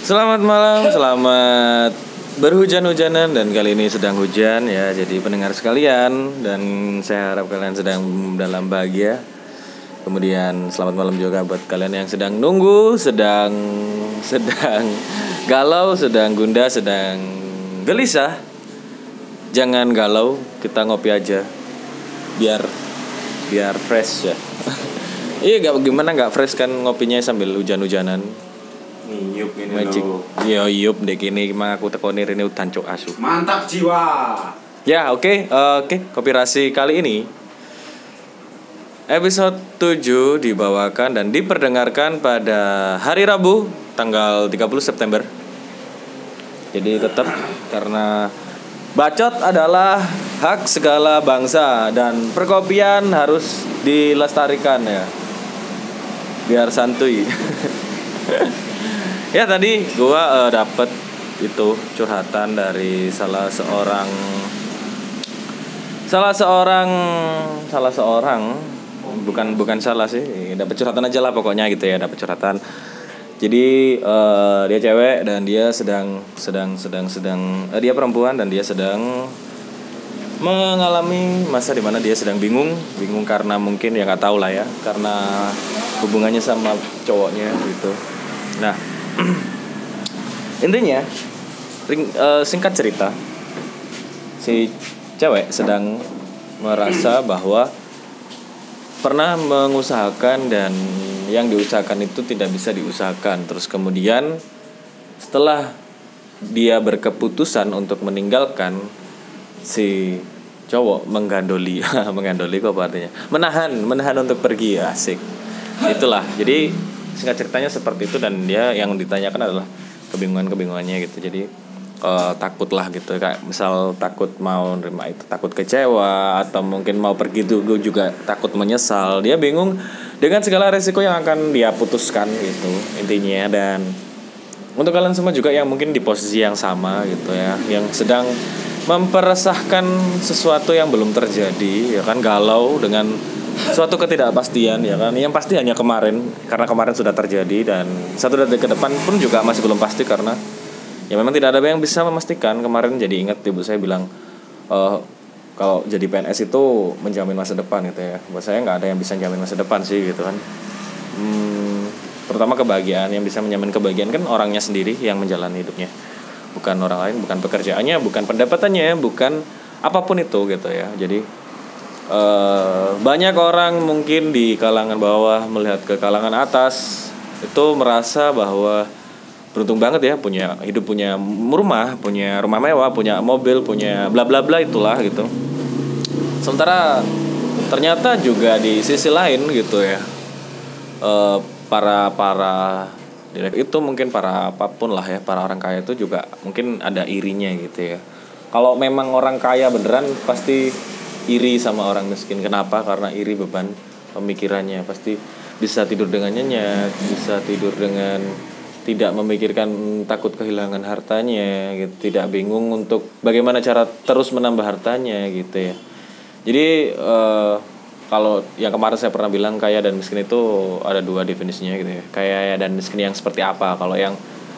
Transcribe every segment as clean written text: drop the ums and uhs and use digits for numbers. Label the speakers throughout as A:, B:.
A: Selamat malam, selamat berhujan-hujanan dan kali ini sedang hujan ya. Jadi pendengar sekalian dan saya harap kalian sedang dalam bahagia. Kemudian selamat malam juga buat kalian yang sedang nunggu, sedang galau, sedang gundah, sedang gelisah. Jangan galau, kita ngopi aja. Biar fresh ya. Iya, gimana nggak fresh kan ngopinya sambil hujan-hujanan.
B: Niyup ini
A: Magic.
B: loh.
A: Yo yup dek ini emang aku tekoni rene udan cuk asu.
B: Mantap jiwa.
A: Ya, oke, Kopirasi kali ini episode 7 dibawakan dan diperdengarkan pada hari Rabu tanggal 30 September. Jadi tetap karena bacot adalah hak segala bangsa dan perkopian harus dilestarikan ya. Biar santuy. Ya tadi gua dapet itu curhatan dari salah seorang bukan salah sih, dapet curhatan aja lah pokoknya gitu ya, dapet curhatan. Jadi dia cewek dan dia sedang dia perempuan dan dia sedang mengalami masa dimana dia sedang bingung karena mungkin ya nggak tahu lah ya, karena hubungannya sama cowoknya gitu. Nah intinya singkat cerita, si cewek sedang merasa bahwa pernah mengusahakan dan yang diusahakan itu tidak bisa diusahakan. Terus kemudian setelah dia berkeputusan untuk meninggalkan, si cowok menggandoli kok artinya menahan untuk pergi, asik. Itulah, jadi singkat ceritanya seperti itu dan dia yang ditanyakan adalah kebingungannya gitu. Jadi takut lah gitu, kayak misal takut mau nerima itu, takut kecewa atau mungkin mau pergi dulu juga takut menyesal. Dia bingung dengan segala resiko yang akan dia putuskan gitu intinya. Dan untuk kalian semua juga yang mungkin di posisi yang sama gitu ya, yang sedang memperesahkan sesuatu yang belum terjadi ya kan, galau dengan suatu ketidakpastian ya kan, yang pasti hanya kemarin, karena kemarin sudah terjadi dan satu detik ke depan pun juga masih belum pasti karena ya memang tidak ada yang bisa memastikan. Kemarin jadi ingat ibu saya bilang kalau jadi PNS itu menjamin masa depan gitu ya. Buat saya nggak ada yang bisa menjamin masa depan sih gitu kan. Terutama kebahagiaan, yang bisa menjamin kebahagiaan kan orangnya sendiri yang menjalani hidupnya, bukan orang lain, bukan pekerjaannya, bukan pendapatannya, bukan apapun itu gitu ya. Jadi banyak orang mungkin di kalangan bawah melihat ke kalangan atas itu merasa bahwa beruntung banget ya, punya hidup, punya rumah mewah, punya mobil, punya bla bla bla itulah gitu. Sementara ternyata juga di sisi lain gitu ya, para itu mungkin para apapun lah ya, para orang kaya itu juga mungkin ada irinya gitu ya. Kalau memang orang kaya beneran pasti iri sama orang miskin. Kenapa? Karena iri beban pemikirannya. Pasti bisa tidur dengan nyenyak, bisa tidur dengan tidak memikirkan takut kehilangan hartanya gitu, tidak bingung untuk bagaimana cara terus menambah hartanya gitu ya. Jadi kalau yang kemarin saya pernah bilang kaya dan miskin itu ada dua definisinya gitu ya. Kaya dan miskin yang seperti apa? Kalau yang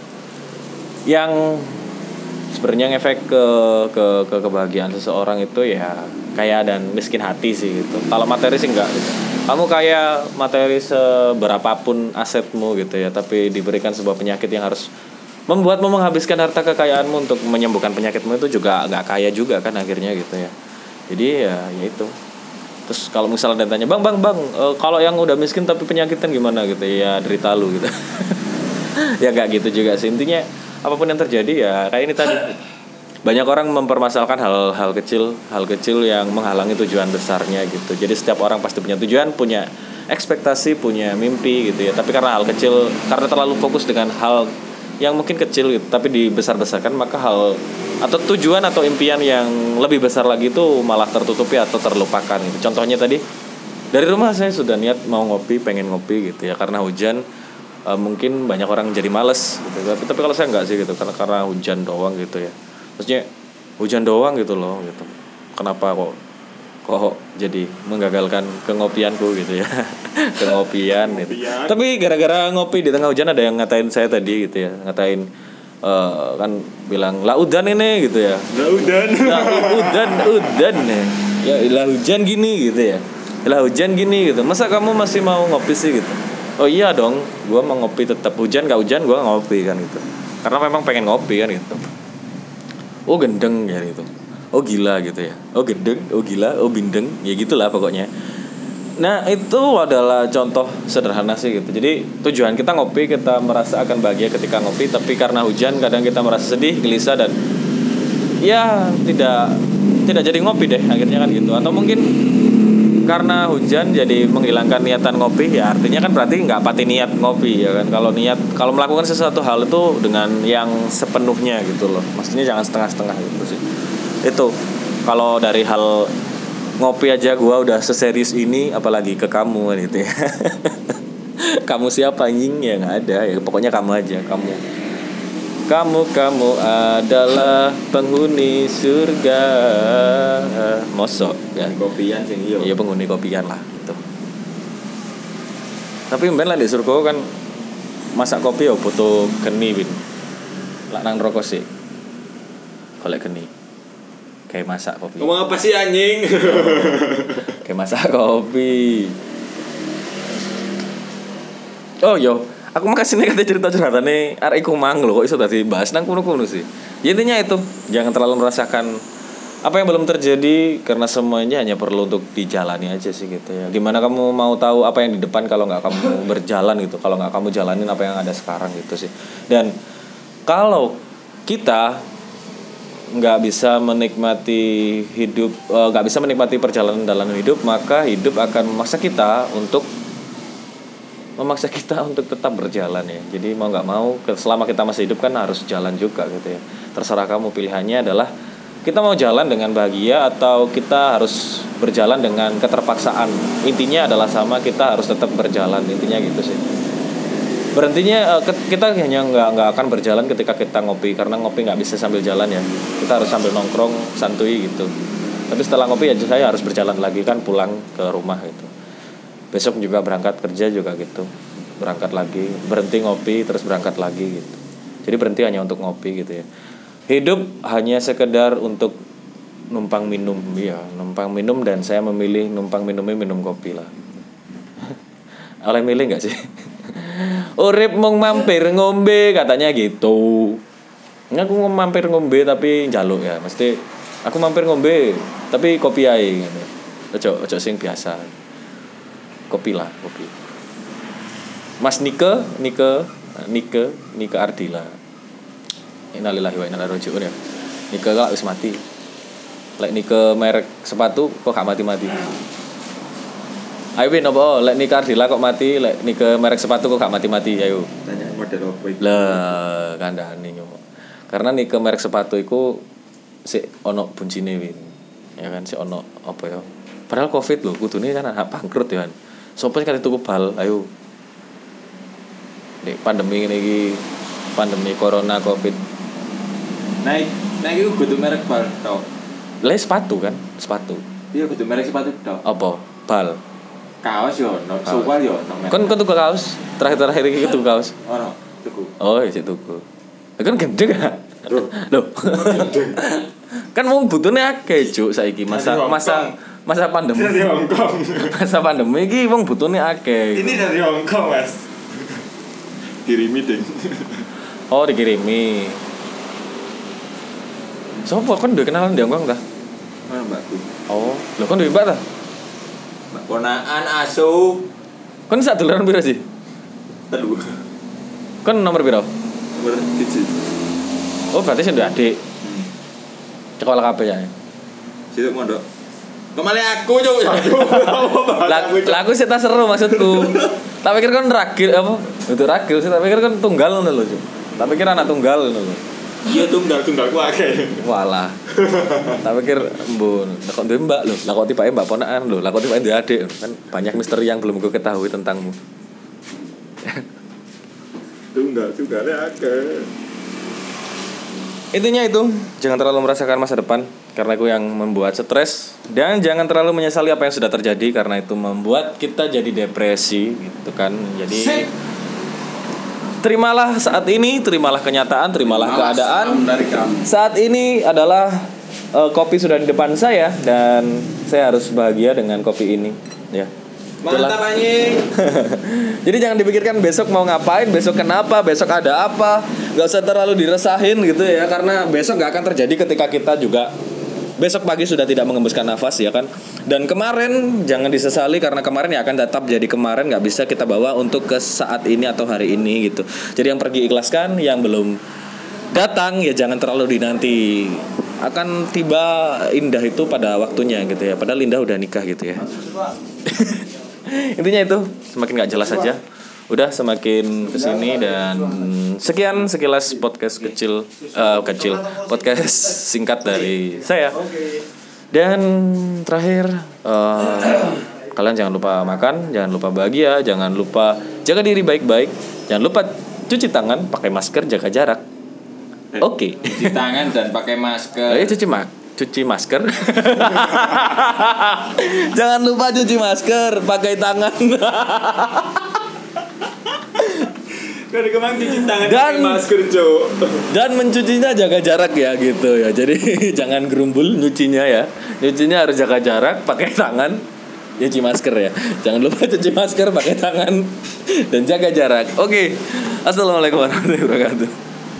A: sebenarnya ngefek ke kebahagiaan seseorang itu ya kaya dan miskin hati sih gitu. Kalau materi sih enggak gitu. Kamu kaya materi seberapapun asetmu gitu ya, tapi diberikan sebuah penyakit yang harus membuatmu menghabiskan harta kekayaanmu untuk menyembuhkan penyakitmu, itu juga enggak kaya juga kan akhirnya gitu ya. Jadi ya itu. Terus kalau misalnya tanya, "Bang, kalau yang udah miskin tapi penyakitan gimana?" gitu. Ya derita lu gitu. Ya enggak gitu juga sih. Intinya apapun yang terjadi ya kayak ini tadi, banyak orang mempermasalahkan hal kecil yang menghalangi tujuan besarnya gitu. Jadi setiap orang pasti punya tujuan, punya ekspektasi, punya mimpi gitu ya. Tapi karena hal kecil, karena terlalu fokus dengan hal yang mungkin kecil gitu, tapi dibesar-besarkan, maka hal atau tujuan atau impian yang lebih besar lagi itu malah tertutupi atau terlupakan gitu. Contohnya tadi, dari rumah saya sudah niat mau pengen ngopi gitu ya, karena hujan. Mungkin banyak orang jadi malas gitu. Tapi kalau saya enggak sih gitu, karena hujan doang gitu ya. Maksudnya hujan doang gitu loh gitu. Kenapa kok kok jadi menggagalkan kengopianku gitu ya. Kengopian gitu. Tapi gara-gara ngopi di tengah hujan ada yang ngatain saya tadi gitu ya. Ngatain kan bilang lah udan ini gitu ya. Udan nih. Ya lah hujan gini gitu ya. Lah hujan gini gitu. Masa kamu masih mau ngopi sih gitu. Oh iya dong, gua mau ngopi tetap hujan gak hujan gua ngopi kan gitu. Karena memang pengen ngopi kan gitu. Oh gendeng ya gitu. Oh gila gitu ya. Oh gendeng, oh gila, oh bindeng. Ya gitulah pokoknya. Nah itu adalah contoh sederhana sih gitu. Jadi tujuan kita ngopi, kita merasa akan bahagia ketika ngopi. Tapi karena hujan kadang kita merasa sedih, gelisah dan ya tidak jadi ngopi deh akhirnya kan gitu. Atau mungkin karena hujan jadi menghilangkan niatan ngopi. Ya artinya kan berarti nggak pati niat ngopi ya kan. Kalau melakukan sesuatu hal itu dengan yang sepenuhnya gitu loh. Maksudnya jangan setengah-setengah gitu sih. Itu kalau dari hal ngopi aja gue udah seserius ini, apalagi ke kamu kan gitu ya. Kamu siapa anjing ya nggak ada ya, pokoknya kamu aja, kamu adalah penghuni surga. Mosok ya
B: Kopian sing
A: iya penghuni kopian lah gitu. Tapi mbak lah di surga kan masak kopi ya butuh geni bin lah nang rokok sih golek geni kayak masak kopi.
B: Ngomong apa sih anjing?
A: Kayak masak kopi. Oh yo, aku makasih nih kata cerita curhatane arek iku mang lho kok iso dadi bahas nang kuno-kuno sih. Ya, intinya itu, jangan terlalu merasakan apa yang belum terjadi karena semuanya hanya perlu untuk dijalani aja sih gitu ya. Gimana kamu mau tahu apa yang di depan kalau nggak kamu berjalan gitu, kalau nggak kamu jalanin apa yang ada sekarang gitu sih. Dan kalau kita nggak bisa menikmati hidup, nggak bisa menikmati perjalanan dalam hidup, maka hidup akan memaksa kita untuk tetap berjalan ya. Jadi mau nggak mau selama kita masih hidup kan harus jalan juga gitu ya. Terserah kamu, pilihannya adalah kita mau jalan dengan bahagia atau kita harus berjalan dengan keterpaksaan. Intinya adalah sama, kita harus tetap berjalan, intinya gitu sih. Berhentinya kita hanya nggak akan berjalan ketika kita ngopi, karena ngopi nggak bisa sambil jalan ya. Kita harus sambil nongkrong santuy gitu. Tapi setelah ngopi ya saya harus berjalan lagi kan, pulang ke rumah gitu. Besok juga berangkat kerja juga gitu, berangkat lagi, berhenti ngopi terus berangkat lagi gitu. Jadi berhenti hanya untuk ngopi gitu ya. Hidup hanya sekedar untuk numpang minum ya, numpang minum, dan saya memilih numpang minumnya minum kopi lah. Oleh milih nggak sih? Urip mung mampir ngombe katanya gitu. Aku mampir ngombe tapi njaluk ya. Mesti aku mampir ngombe tapi kopi ae gitu. Ojo sing biasa. Kopi lah, kopi. Mas Nike Ardila. Innalillahi wa inna ilaihi raji'un ya. Nike gak wis mati. Lek Nike merek sepatu kok gak mati-mati. Ayo Win apa? Lek Nike Ardila kok mati, lek Nike merek sepatu kok gak mati-mati, ayo.
B: Tanya model apa iki?
A: Lah, kandhane yo. Karena Nike merek sepatu iku sik ono buncine Win. Ya kan sik ono apa ya? Padahal Covid lho, kudune kan bangkrut ya kan. Sopo sing kate tuku bal, ayo. Nek pandemi ngene iki, pandemi corona Covid.
B: Naik iku kudu merek bal tok.
A: Lah sepatu kan, sepatu.
B: Iya kudu merek sepatu tok.
A: Apa? Bal.
B: Kaos yo ono, suwal yo ono.
A: Kon tuku kaos, terakhir iki tuku kaos.
B: Ono, tuku.
A: Oh, isih tuku. Kan gendeng ah. Loh. Kan wong butuhne akeh, Cuk, saiki masa pandemi.
B: Dari Hongkong.
A: Masa pandemi iki wong butuhne akeh.
B: Ini dari Hongkong, Mas. Kirimi ding.
A: Oh, dikirimi. Sopo kon duwe kenalan di Hongkong ta?
B: Mana mbakku?
A: Oh, lho kon duwe mbak ta?
B: Mbak ponaan asu.
A: Kon sak dolaran piro sih?
B: Telu.
A: Kon nomor piro?
B: Nomor 1.
A: Oh, berarti sing duwe adik. Sekolah kabeh ya.
B: Situ mondok. Kemale aku, Cuk.
A: Lah aku sih tak seru maksudku. Tak pikir kon ragil apa? Itu ragil sih, tak pikir kon tunggal ngono lho, Cuk. Tak pikir anak tunggal ngono lho.
B: Iya tunggalku akeh.
A: Walah. Tak pikir mbon, kok duwe mbak lho. Lah kok tibake mbak ponakan lho. Lah kok tibake duwe adik. Kan banyak misteri yang belum ku ketahui tentangmu.
B: Tunggal akeh.
A: Intinya itu, jangan terlalu merasakan masa depan karena itu yang membuat stres, dan jangan terlalu menyesali apa yang sudah terjadi karena itu membuat kita jadi depresi gitu kan. Jadi terimalah saat ini, terimalah kenyataan, terimalah keadaan. Saat ini adalah kopi sudah di depan saya dan saya harus bahagia dengan kopi ini, ya.
B: Mantap anjing.
A: Jadi jangan dipikirkan besok mau ngapain, besok kenapa, besok ada apa. Gak usah terlalu diresahin gitu ya, karena besok gak akan terjadi ketika kita juga besok pagi sudah tidak mengembuskan nafas ya kan. Dan kemarin jangan disesali karena kemarin ya akan tetap jadi kemarin, gak bisa kita bawa untuk ke saat ini atau hari ini gitu. Jadi yang pergi ikhlaskan, yang belum datang ya jangan terlalu dinanti. Akan tiba indah itu pada waktunya gitu ya. Padahal Indah udah nikah gitu ya. Intinya itu, semakin gak jelas aja udah semakin kesini. Dan sekian sekilas podcast kecil podcast singkat dari saya. Dan terakhir kalian jangan lupa makan, jangan lupa bahagia, jangan lupa jaga diri baik-baik, jangan lupa cuci tangan, pakai masker, jaga jarak. Oke.
B: Cuci tangan dan pakai masker.
A: Cuci masker. Jangan lupa cuci masker, pakai tangan.
B: Kan kemang cuci tangan
A: Dan-
B: pakai masker, Cuk.
A: Dan mencucinya jaga jarak ya gitu ya. Jadi jangan gerumbul nyucinya ya. Nyucinya harus jaga jarak, pakai tangan, cuci masker ya. Jangan lupa cuci masker, pakai tangan, dan jaga jarak. Oke. Assalamualaikum warahmatullahi wabarakatuh.